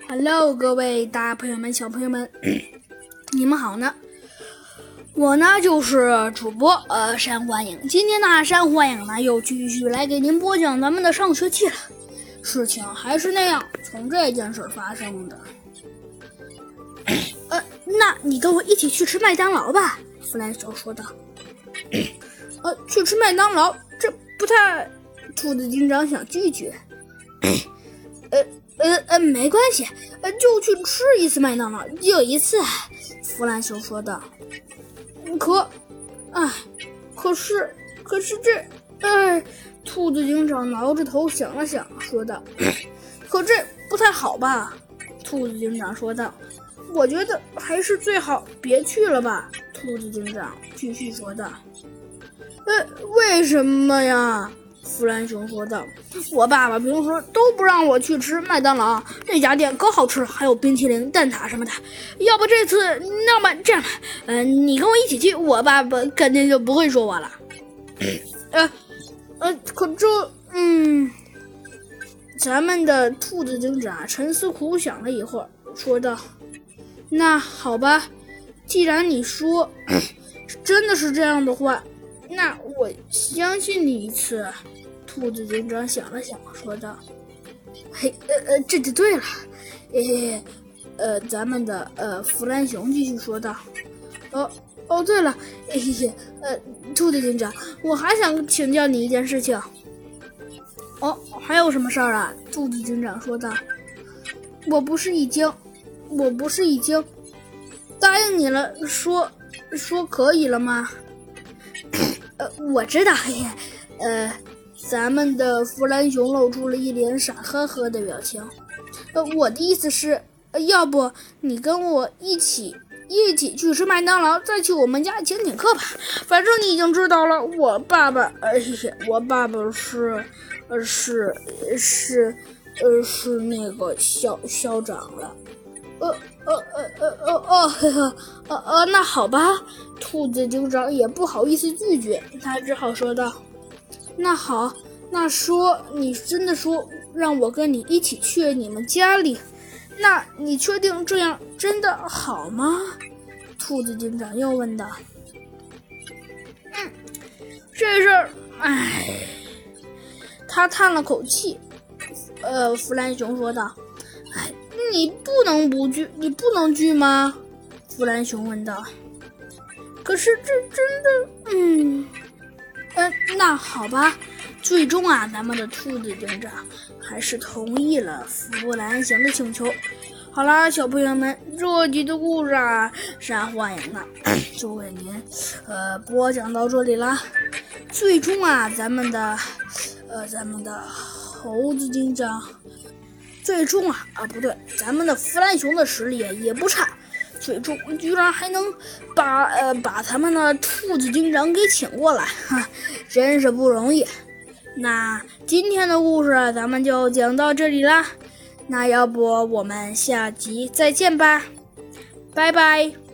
Hello， 各位大朋友们、小朋友们，你们好呢？我呢就是主播山幻影。今天呢，山幻影呢又继续来给您播讲咱们的上学期了。事情还是那样，从这件事发生的。那你跟我一起去吃麦当劳吧，弗兰熊说道。去吃麦当劳，这不太……兔子警长想拒绝。没关系，就去吃一次麦当劳，就一次。弗兰熊说道。可是这，兔子警长挠着头想了想，说道：“可这不太好吧？”兔子警长说道：“我觉得还是最好别去了吧。”兔子警长继续说道：“为什么呀？”弗兰熊说道：“我爸爸平时都不让我去吃麦当劳，那家店可好吃了，还有冰淇淋、蛋挞什么的。要不这次，那么这样吧，你跟我一起去，我爸爸肯定就不会说我了。”可这，咱们的兔子警长沉思苦想了一会儿，说道：“那好吧，既然你说真的是这样的话，那我相信你一次。”兔子警长想了想，说道：“这就对了。”咱们的弗兰熊继续说道：“对了，兔子警长，我还想请教你一件事情。”还有什么事儿啊？兔子警长说道：“我不是已经答应你了，说可以了吗？”我知道，咱们的弗兰熊露出了一脸傻呵呵的表情。我的意思是，要不你跟我一起去吃麦当劳，再去我们家请课吧。反正你已经知道了，我爸爸是那个校长了。那好吧，兔子警长也不好意思拒绝，他只好说道：“那好，那你真的说让我跟你一起去你们家里，那你确定这样真的好吗？”兔子警长又问道。这事儿，他叹了口气。弗兰熊说道：“你不能拒吗？”弗兰熊问道。可是这真的，那好吧。最终咱们的兔子警长还是同意了弗兰熊的请求。好啦，小朋友们，这集的故事山幻影就为您播讲到这里啦。最终咱们的猴子警长，最终不对，咱们的弗兰熊的实力也不差，最终居然还能把咱们的兔子警长给请过来，真是不容易。那今天的故事咱们就讲到这里啦，那要不我们下集再见吧，拜拜。